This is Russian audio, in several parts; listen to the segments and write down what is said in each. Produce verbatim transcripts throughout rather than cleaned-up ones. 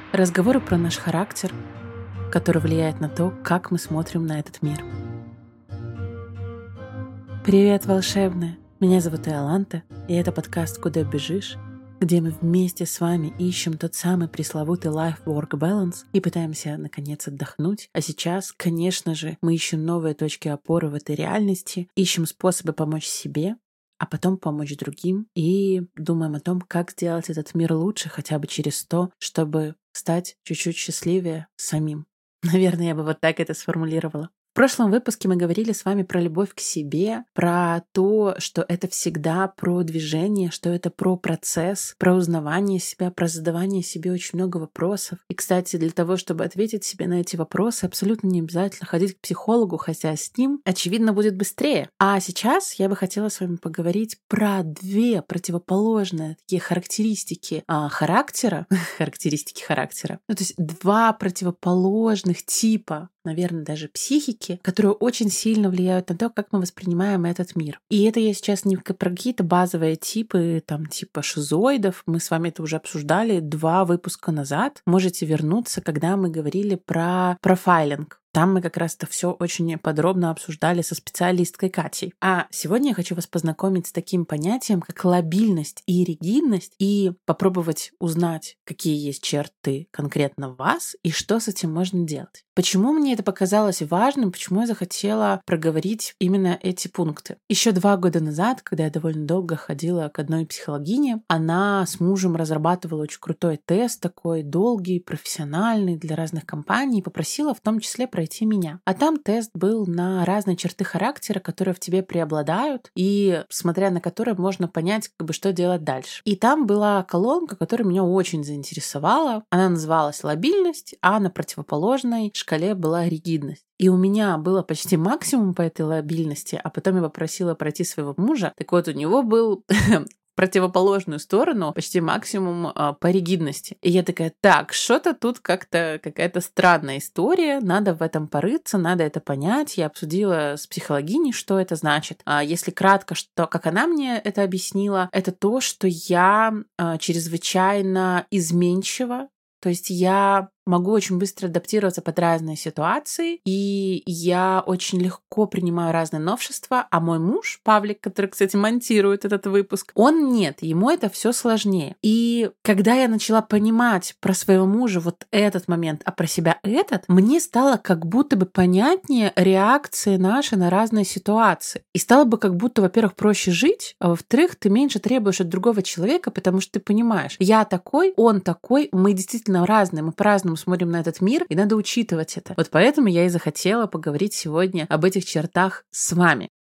Разговоры про наш характер, который влияет на то, как мы смотрим на этот мир. Привет, волшебная! Меня зовут Иоланта, и это подкаст «Куда бежишь?», где мы вместе с вами ищем тот самый пресловутый life-work balance и пытаемся, наконец, отдохнуть. А сейчас, конечно же, мы ищем новые точки опоры в этой реальности, ищем способы помочь себе, а потом помочь другим, и думаем о том, как сделать этот мир лучше хотя бы через то, чтобы стать чуть-чуть счастливее самим. Наверное, я бы вот так это сформулировала. В прошлом выпуске мы говорили с вами про любовь к себе, про то, что это всегда про движение, что это про процесс, про узнавание себя, про задавание себе очень много вопросов. И, кстати, для того, чтобы ответить себе на эти вопросы, абсолютно не обязательно ходить к психологу, хотя с ним, очевидно, будет быстрее. А сейчас я бы хотела с вами поговорить про две противоположные такие характеристики а, характера, характеристики характера, ну, то есть два противоположных типа, наверное, даже психики, которые очень сильно влияют на то, как мы воспринимаем этот мир. И это я сейчас не про какие-то базовые типы, там, типа шизоидов. Мы с вами это уже обсуждали два выпуска назад. Можете вернуться, когда мы говорили про профайлинг. Там мы как раз это все очень подробно обсуждали со специалисткой Катей. А сегодня я хочу вас познакомить с таким понятием, как лобильность и ригидность, и попробовать узнать, какие есть черты конкретно в вас и что с этим можно делать. Почему мне это показалось важным, почему я захотела проговорить именно эти пункты? Еще два года назад, когда я довольно долго ходила к одной психологине, она с мужем разрабатывала очень крутой тест, такой долгий, профессиональный для разных компаний, и попросила в том числе пройти меня. А там тест был на разные черты характера, которые в тебе преобладают, и смотря на которые можно понять, как бы, что делать дальше. И там была колонка, которая меня очень заинтересовала. Она называлась «Лобильность», а на противоположной шкале была «Ригидность». И у меня было почти максимум по этой лобильности, а потом я попросила пройти своего мужа. Так вот, у него был противоположную сторону, почти максимум а, по ригидности. И я такая, так, что-то тут как-то какая-то странная история, надо в этом порыться, надо это понять. Я обсудила с психологиней, что это значит. А если кратко, что, как она мне это объяснила, это то, что я а, чрезвычайно изменчива, то есть я могу очень быстро адаптироваться под разные ситуации, и я очень легко принимаю разные новшества, а мой муж, Павлик, который, кстати, монтирует этот выпуск, он нет, ему это все сложнее. И когда я начала понимать про своего мужа вот этот момент, а про себя этот, мне стало как будто бы понятнее реакции наши на разные ситуации. И стало бы как будто, во-первых, проще жить, а во-вторых, ты меньше требуешь от другого человека, потому что ты понимаешь, я такой, он такой, мы действительно разные, мы по-разному смотрим на этот мир, и надо учитывать это. Вот поэтому я и захотела поговорить сегодня об этих чертах с вами.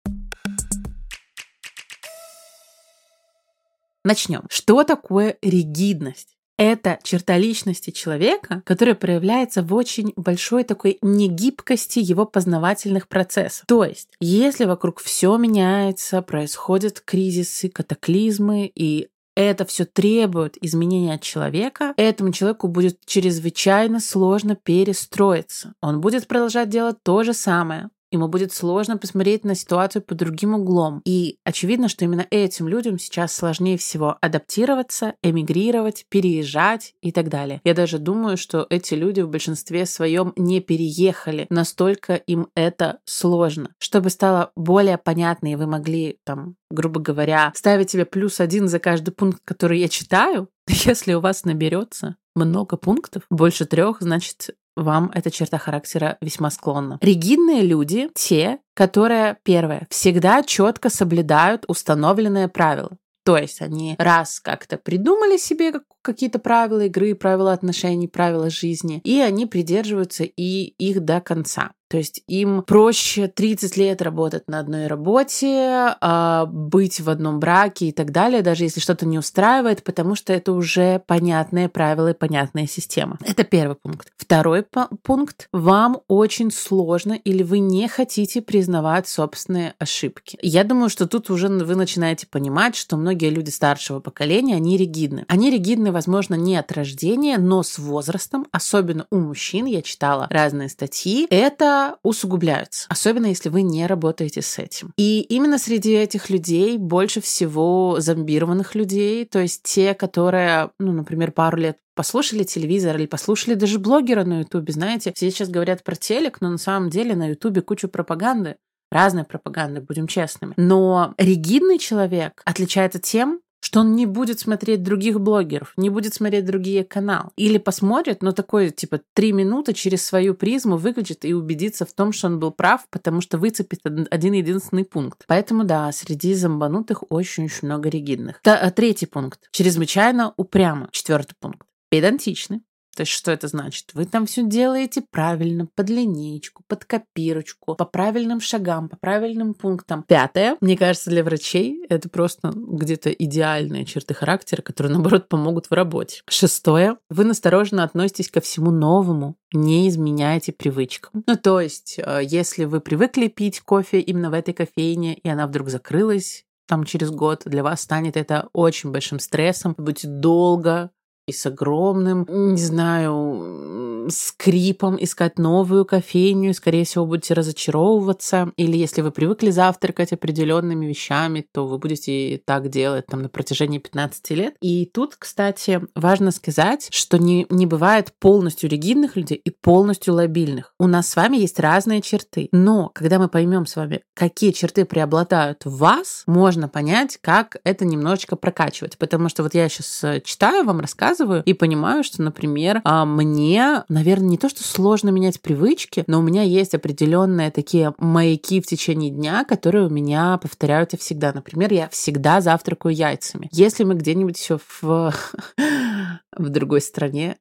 Начнем. Что такое ригидность? Это черта личности человека, которая проявляется в очень большой такой негибкости его познавательных процессов. То есть, если вокруг все меняется, происходят кризисы, катаклизмы, и это все требует изменения от человека, этому человеку будет чрезвычайно сложно перестроиться. Он будет продолжать делать то же самое. Ему будет сложно посмотреть на ситуацию под другим углом. И очевидно, что именно этим людям сейчас сложнее всего адаптироваться, эмигрировать, переезжать и так далее. Я даже думаю, что эти люди в большинстве своем не переехали. Настолько им это сложно. Чтобы стало более понятно, и вы могли, там, грубо говоря, ставить себе плюс один за каждый пункт, который я читаю, если у вас наберется много пунктов, больше трех, значит, вам эта черта характера весьма склонна. Ригидные люди — те, которые, первое, всегда четко соблюдают установленные правила. То есть они раз как-то придумали себе какие-то правила игры, правила отношений, правила жизни, и они придерживаются и их до конца. То есть им проще тридцать лет работать на одной работе, быть в одном браке и так далее, даже если что-то не устраивает, потому что это уже понятные правила и понятная система. Это первый пункт. Второй пункт. Вам очень сложно или вы не хотите признавать собственные ошибки. Я думаю, что тут уже вы начинаете понимать, что многие люди старшего поколения, они ригидны. Они ригидны ригидны, возможно, не от рождения, но с возрастом, особенно у мужчин, я читала разные статьи, это усугубляется. Особенно, если вы не работаете с этим. И именно среди этих людей больше всего зомбированных людей, то есть те, которые, ну, например, пару лет послушали телевизор или послушали даже блогера на Ютубе. Знаете, все сейчас говорят про телек, но на самом деле на Ютубе куча пропаганды. Разной пропаганды, будем честными. Но ригидный человек отличается тем, что он не будет смотреть других блогеров, не будет смотреть другие каналы. Или посмотрит, но такой, типа, три минуты через свою призму выключит и убедится в том, что он был прав, потому что выцепит один единственный пункт. Поэтому, да, среди зомбанутых очень-очень много ригидных. Т- третий пункт. Чрезвычайно упрямо. Четвертый пункт. Педантичны. То есть что это значит? Вы там все делаете правильно, под линеечку, под копирочку, по правильным шагам, по правильным пунктам. Пятое, мне кажется, для врачей это просто где-то идеальные черты характера, которые, наоборот, помогут в работе. Шестое, вы настороженно относитесь ко всему новому, не изменяете привычкам. Ну, то есть, если вы привыкли пить кофе именно в этой кофейне, и она вдруг закрылась там через год, для вас станет это очень большим стрессом. Вы будете долго и с огромным, не знаю, скрипом искать новую кофейню, скорее всего, будете разочаровываться. Или если вы привыкли завтракать определенными вещами, то вы будете так делать там на протяжении пятнадцати лет. И тут, кстати, важно сказать, что не, не бывает полностью ригидных людей и полностью лобильных. У нас с вами есть разные черты. Но когда мы поймем с вами, какие черты преобладают в вас, можно понять, как это немножечко прокачивать. Потому что вот я сейчас читаю вам, рассказываю, и понимаю, что, например, мне, наверное, не то, что сложно менять привычки, но у меня есть определенные такие маяки в течение дня, которые у меня повторяются всегда. Например, я всегда завтракаю яйцами. Если мы где-нибудь еще в, в другой стране...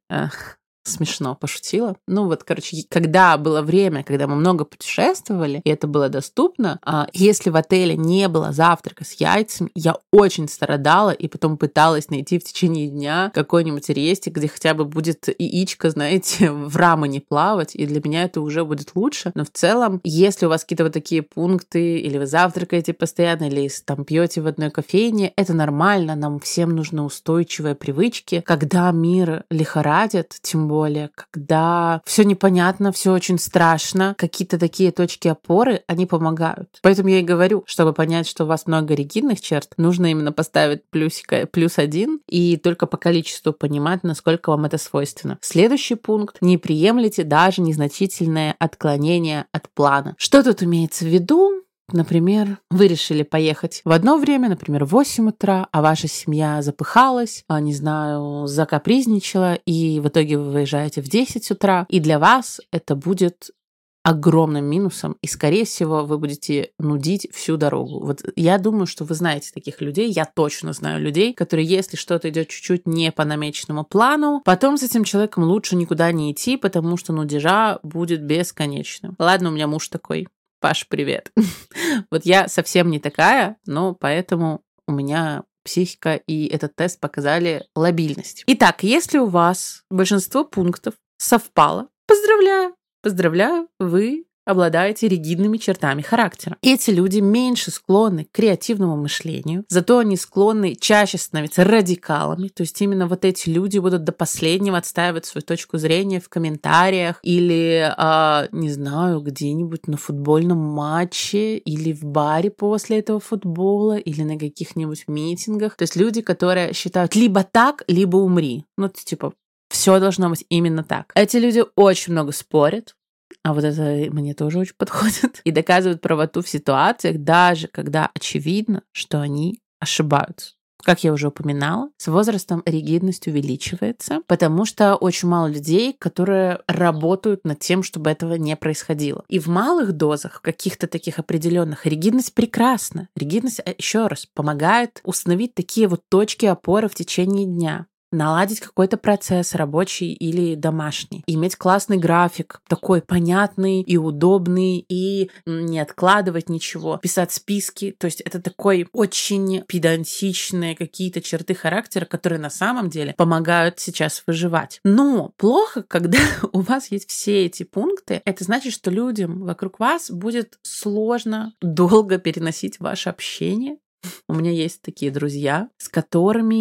Смешно пошутила. Ну вот, короче, когда было время, когда мы много путешествовали, и это было доступно, если в отеле не было завтрака с яйцами, я очень страдала и потом пыталась найти в течение дня какой-нибудь рестик, где хотя бы будет яичко, знаете, в рамане плавать, и для меня это уже будет лучше. Но в целом, если у вас какие-то вот такие пункты, или вы завтракаете постоянно, или там пьете в одной кофейне, это нормально, нам всем нужны устойчивые привычки. Когда мир лихорадит, тем более более, когда все непонятно, все очень страшно, какие-то такие точки опоры, они помогают. Поэтому я и говорю, чтобы понять, что у вас много ригидных черт, нужно именно поставить плюсика, плюс один и только по количеству понимать, насколько вам это свойственно. Следующий пункт. Не приемлете даже незначительное отклонение от плана. Что тут имеется в виду? Например, вы решили поехать в одно время, например, в восемь утра, а ваша семья запыхалась, не знаю, закапризничала, и в итоге вы выезжаете в десять утра, и для вас это будет огромным минусом, и, скорее всего, вы будете нудить всю дорогу. Вот я думаю, что вы знаете таких людей, я точно знаю людей, которые, если что-то идет чуть-чуть не по намеченному плану, потом с этим человеком лучше никуда не идти, потому что нудежа будет бесконечным. Ладно, у меня муж такой. Паш, привет. Вот я совсем не такая, но поэтому у меня психика и этот тест показали лобильность. Итак, если у вас большинство пунктов совпало, поздравляю, поздравляю, вы обладаете ригидными чертами характера. Эти люди меньше склонны к креативному мышлению, зато они склонны чаще становиться радикалами, то есть именно вот эти люди будут до последнего отстаивать свою точку зрения в комментариях или, э, не знаю, где-нибудь на футбольном матче или в баре после этого футбола или на каких-нибудь митингах. То есть люди, которые считают либо так, либо умри. Ну, типа, все должно быть именно так. Эти люди очень много спорят, а вот это мне тоже очень подходит. И доказывают правоту в ситуациях, даже когда очевидно, что они ошибаются. Как я уже упоминала, с возрастом ригидность увеличивается, потому что очень мало людей, которые работают над тем, чтобы этого не происходило. И в малых дозах, в каких-то таких определенных, ригидность прекрасна. Ригидность, еще раз, помогает установить такие вот точки опоры в течение дня. Наладить какой-то процесс рабочий или домашний. Иметь классный график, такой понятный и удобный, и не откладывать ничего. Писать списки. То есть это такой очень педантичные какие-то черты характера, которые на самом деле помогают сейчас выживать. Но плохо, когда у вас есть все эти пункты, это значит, что людям вокруг вас будет сложно долго переносить ваше общение. У меня есть такие друзья, с которыми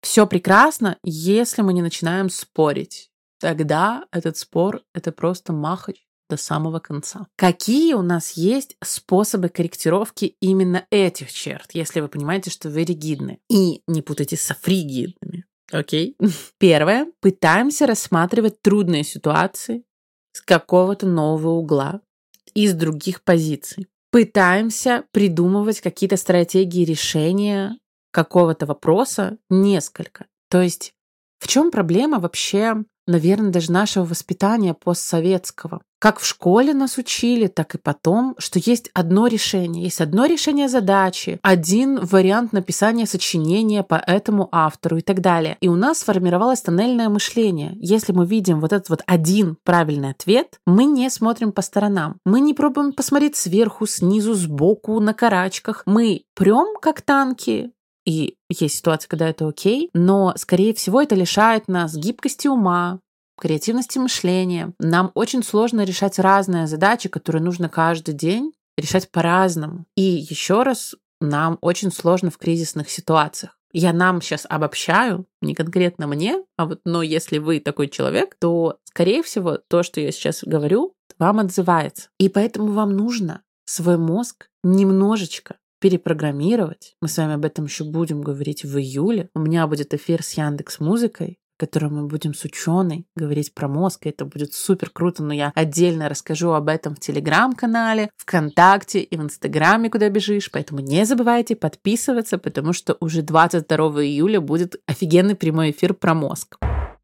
Все прекрасно, если мы не начинаем спорить. Тогда этот спор — это просто махач до самого конца. Какие у нас есть способы корректировки именно этих черт, если вы понимаете, что вы ригидны? И не путайте со фригидными. Окей? Первое. Пытаемся рассматривать трудные ситуации с какого-то нового угла, из других позиций. Пытаемся придумывать какие-то стратегии решения какого-то вопроса несколько. То есть в чем проблема вообще, наверное, даже нашего воспитания постсоветского? Как в школе нас учили, так и потом, что есть одно решение. Есть одно решение задачи, один вариант написания сочинения по этому автору и так далее. И у нас сформировалось тоннельное мышление. Если мы видим вот этот вот один правильный ответ, мы не смотрим по сторонам. Мы не пробуем посмотреть сверху, снизу, сбоку, на карачках. Мы прем как танки. И есть ситуации, когда это окей, но, скорее всего, это лишает нас гибкости ума, креативности мышления. Нам очень сложно решать разные задачи, которые нужно каждый день решать по-разному. И еще раз, нам очень сложно в кризисных ситуациях. Я нам сейчас обобщаю, не конкретно мне, а вот, но если вы такой человек, то, скорее всего, то, что я сейчас говорю, вам отзывается. И поэтому вам нужно свой мозг немножечко перепрограммировать. Мы с вами об этом еще будем говорить в июле. У меня будет эфир с Яндекс.Музыкой, в котором мы будем с ученой говорить про мозг, и это будет супер круто, но я отдельно расскажу об этом в Телеграм-канале, ВКонтакте и в Инстаграме, куда бежишь, поэтому не забывайте подписываться, потому что уже двадцать второго июля будет офигенный прямой эфир про мозг.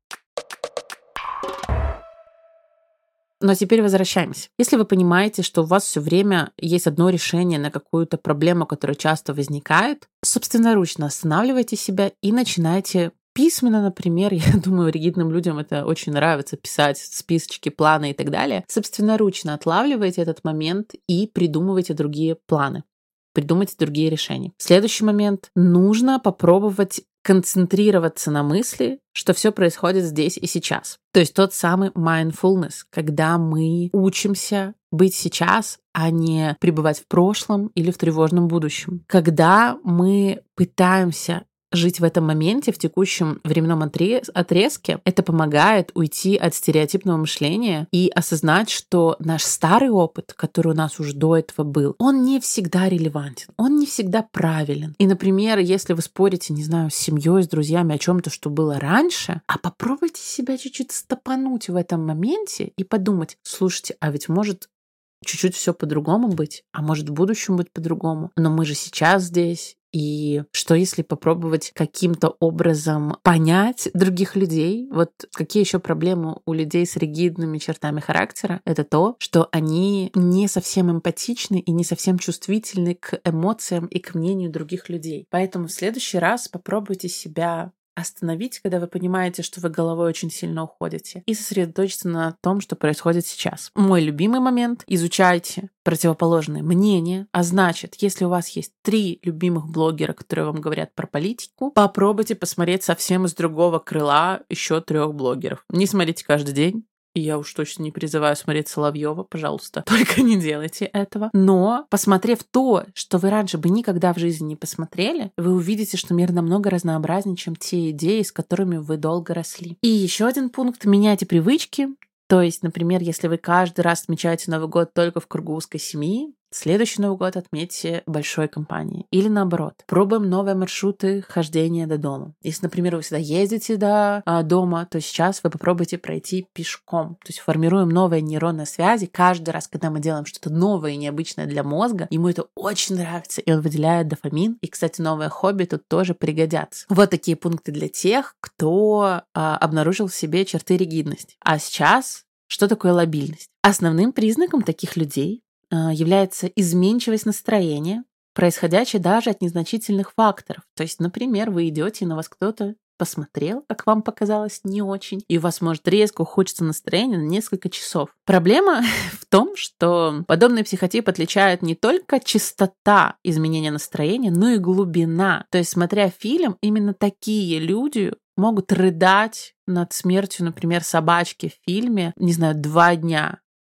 Но теперь возвращаемся. Если вы понимаете, что у вас все время есть одно решение на какую-то проблему, которая часто возникает, собственноручно останавливайте себя и начинайте письменно, например. Я думаю, ригидным людям это очень нравится, писать списочки, планы и так далее. Собственноручно отлавливайте этот момент и придумывайте другие планы. Придумайте другие решения. Следующий момент. Нужно попробовать концентрироваться на мысли, что все происходит здесь и сейчас. То есть тот самый mindfulness, когда мы учимся быть сейчас, а не пребывать в прошлом или в тревожном будущем. Когда мы пытаемся жить в этом моменте, в текущем временном отрезке, это помогает уйти от стереотипного мышления и осознать, что наш старый опыт, который у нас уже до этого был, он не всегда релевантен, он не всегда правилен. И, например, если вы спорите, не знаю, с семьей, с друзьями о чем-то, что было раньше, а попробуйте себя чуть-чуть стопануть в этом моменте и подумать, слушайте, а ведь может чуть-чуть все по-другому быть, а может в будущем быть по-другому, но мы же сейчас здесь. И что если попробовать каким-то образом понять других людей? Вот какие еще проблемы у людей с ригидными чертами характера? Это то, что они не совсем эмпатичны и не совсем чувствительны к эмоциям и к мнению других людей. Поэтому в следующий раз попробуйте себя остановить, когда вы понимаете, что вы головой очень сильно уходите, и сосредоточиться на том, что происходит сейчас. Мой любимый момент — изучайте противоположные мнения, а значит, если у вас есть три любимых блогера, которые вам говорят про политику, попробуйте посмотреть совсем из другого крыла еще трех блогеров. Не смотрите каждый день. И я уж точно не призываю смотреть Соловьева, пожалуйста, только не делайте этого. Но, посмотрев то, что вы раньше бы никогда в жизни не посмотрели, вы увидите, что мир намного разнообразнее, чем те идеи, с которыми вы долго росли. И еще один пункт — меняйте привычки. То есть, например, если вы каждый раз отмечаете Новый год только в кругу узкой семьи, следующий Новый год отметьте большой компанией. Или наоборот, пробуем новые маршруты хождения до дома. Если, например, вы всегда ездите до а, дома, то сейчас вы попробуйте пройти пешком. То есть формируем новые нейронные связи. Каждый раз, когда мы делаем что-то новое и необычное для мозга, ему это очень нравится, и он выделяет дофамин. И, кстати, новые хобби тут тоже пригодятся. Вот такие пункты для тех, кто а, обнаружил в себе черты ригидности. А сейчас что такое лабильность? Основным признаком таких людей является изменчивость настроения, происходящая даже от незначительных факторов. То есть, например, вы идете, и на вас кто-то посмотрел, как вам показалось, не очень, и у вас может резко ухудшиться настроение на несколько часов. Проблема в том, что подобный психотип отличает не только частота изменения настроения, но и глубина. То есть, смотря фильм, именно такие люди могут рыдать над смертью, например, собачки в фильме, не знаю, два дня.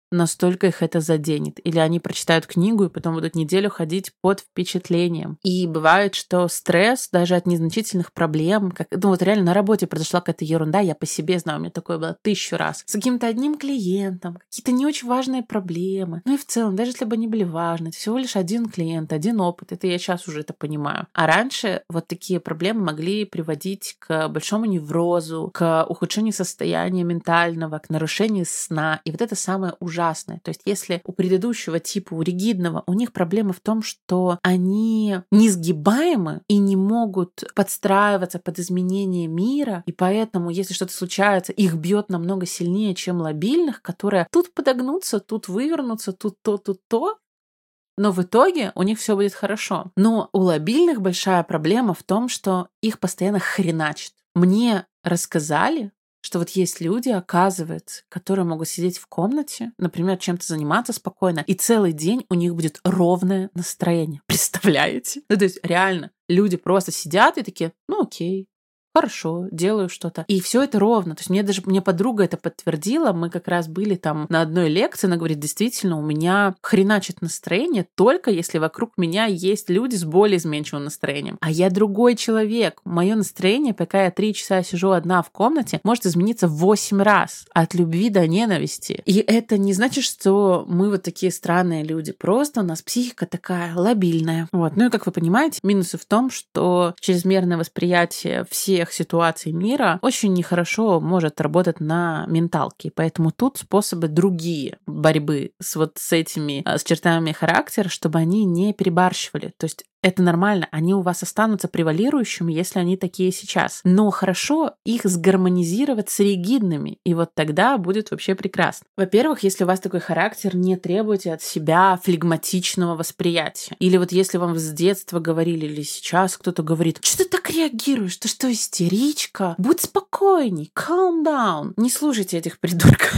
настолько их это заденет. Или они прочитают книгу и потом будут неделю ходить под впечатлением. И бывает, что стресс даже от незначительных проблем, как, ну вот реально на работе произошла какая-то ерунда, я по себе знаю, у меня такое было тысячу раз, с каким-то одним клиентом, какие-то не очень важные проблемы. Ну и в целом, даже если бы они были важны, это всего лишь один клиент, один опыт, это я сейчас уже это понимаю. А раньше вот такие проблемы могли приводить к большому неврозу, к ухудшению состояния ментального, к нарушению сна. И вот это самое ужасное. Ужасное. То есть если у предыдущего типа, у ригидного, у них проблема в том, что они несгибаемы и не могут подстраиваться под изменения мира, и поэтому, если что-то случается, их бьет намного сильнее, чем лобильных, которые тут подогнутся, тут вывернутся, тут то, тут то, но в итоге у них все будет хорошо. Но у лобильных большая проблема в том, что их постоянно хреначит. Мне рассказали, что вот есть люди, оказывается, которые могут сидеть в комнате, например, чем-то заниматься спокойно, и целый день у них будет ровное настроение. Представляете? Ну, то есть реально, люди просто сидят и такие, ну окей, хорошо, делаю что-то. И все это ровно. То есть мне даже, мне подруга это подтвердила, мы как раз были там на одной лекции, она говорит, действительно, у меня хреначит настроение только если вокруг меня есть люди с более изменчивым настроением. А я другой человек. Мое настроение, пока я три часа сижу одна в комнате, может измениться в восемь раз. От любви до ненависти. И это не значит, что мы вот такие странные люди. Просто у нас психика такая лобильная. Вот. Ну и как вы понимаете, минусы в том, что чрезмерное восприятие всех ситуаций мира очень нехорошо может работать на менталке. Поэтому тут способы другие борьбы с вот с этими, с чертами характера, чтобы они не перебарщивали. То есть это нормально, они у вас останутся превалирующими, если они такие сейчас. Но хорошо их сгармонизировать с ригидными, и вот тогда будет вообще прекрасно. Во-первых, если у вас такой характер, не требуйте от себя флегматичного восприятия. Или вот если вам с детства говорили, или сейчас кто-то говорит, что ты так реагируешь, ты что, истеричка? Будь спокойней, calm down. Не слушайте этих придурков.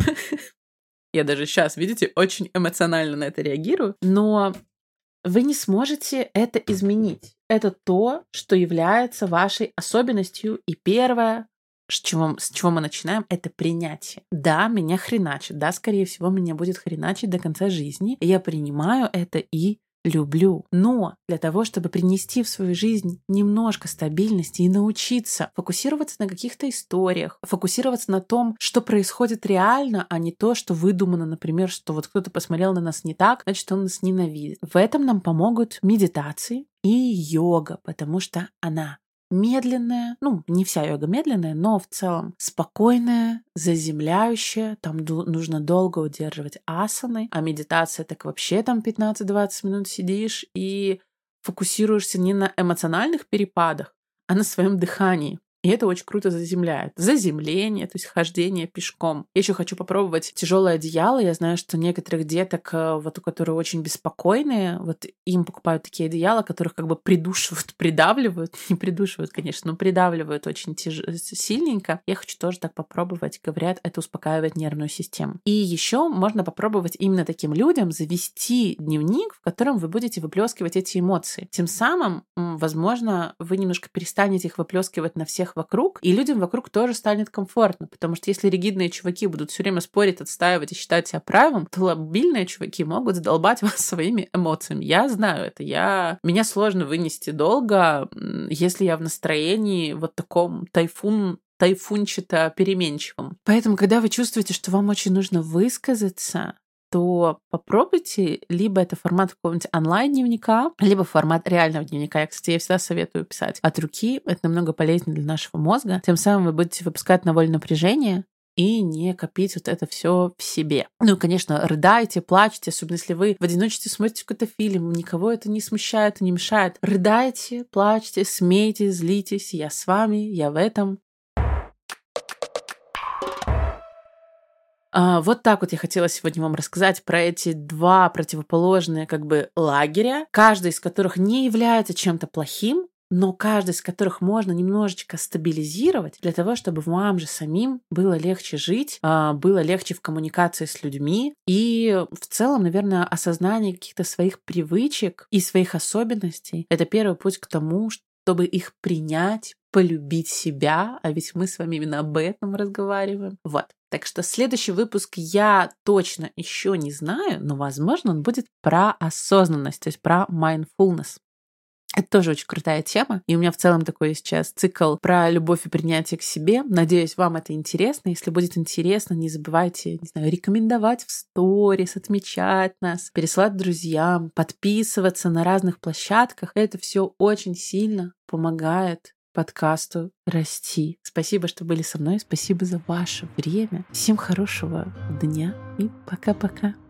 Я даже сейчас, видите, очень эмоционально на это реагирую, но вы не сможете это изменить. Это то, что является вашей особенностью. И первое, с чего, с чего мы начинаем, это принятие. Да, меня хреначит. Да, скорее всего, меня будет хреначить до конца жизни. Я принимаю это и люблю. Но для того, чтобы принести в свою жизнь немножко стабильности и научиться фокусироваться на каких-то историях, фокусироваться на том, что происходит реально, а не то, что выдумано, например, что вот кто-то посмотрел на нас не так, значит, он нас ненавидит. В этом нам помогут медитации и йога, потому что она медленная, ну, не вся йога медленная, но в целом спокойная, заземляющая, там ду- нужно долго удерживать асаны, а медитация так вообще там пятнадцать-двадцать минут сидишь и фокусируешься не на эмоциональных перепадах, а на своем дыхании. И это очень круто заземляет. Заземление, то есть хождение пешком. Я еще хочу попробовать тяжелое одеяло. Я знаю, что некоторых деток, вот у которых очень беспокойные, вот им покупают такие одеяла, которых как бы придушивают, придавливают. Не придушивают, конечно, но придавливают очень тяж... сильненько. Я хочу тоже так попробовать. Говорят, это успокаивает нервную систему. И еще можно попробовать именно таким людям завести дневник, в котором вы будете выплескивать эти эмоции. Тем самым, возможно, вы немножко перестанете их выплескивать на всех вокруг, и людям вокруг тоже станет комфортно, потому что если ригидные чуваки будут все время спорить, отстаивать и считать себя правым, то лобильные чуваки могут задолбать вас своими эмоциями. Я знаю это. Я... Меня сложно вынести долго, если я в настроении вот таком тайфун тайфунчато-переменчивом. Поэтому, когда вы чувствуете, что вам очень нужно высказаться, то попробуйте, либо это формат какого-нибудь онлайн-дневника, либо формат реального дневника. Я, кстати, я всегда советую писать от руки. Это намного полезнее для нашего мозга. Тем самым вы будете выпускать на волю напряжение и не копить вот это все в себе. Ну, конечно, рыдайте, плачьте, особенно если вы в одиночестве смотрите какой-то фильм, никого это не смущает и не мешает. Рыдайте, плачьте, смейтесь, злитесь. Я с вами, я в этом. А, вот так вот я хотела сегодня вам рассказать про эти два противоположные как бы лагеря, каждый из которых не является чем-то плохим, но каждый из которых можно немножечко стабилизировать для того, чтобы вам же самим было легче жить, было легче в коммуникации с людьми и в целом, наверное, осознание каких-то своих привычек и своих особенностей — это первый путь к тому, чтобы их принять, полюбить себя, а ведь мы с вами именно об этом разговариваем. Вот. Так что следующий выпуск я точно еще не знаю, но, возможно, он будет про осознанность, то есть про mindfulness. Это тоже очень крутая тема. И у меня в целом такой сейчас цикл про любовь и принятие к себе. Надеюсь, вам это интересно. Если будет интересно, не забывайте, не знаю, рекомендовать в сторис, отмечать нас, пересылать друзьям, подписываться на разных площадках. Это все очень сильно помогает подкасту расти. Спасибо, что были со мной. Спасибо за ваше время. Всем хорошего дня и пока-пока.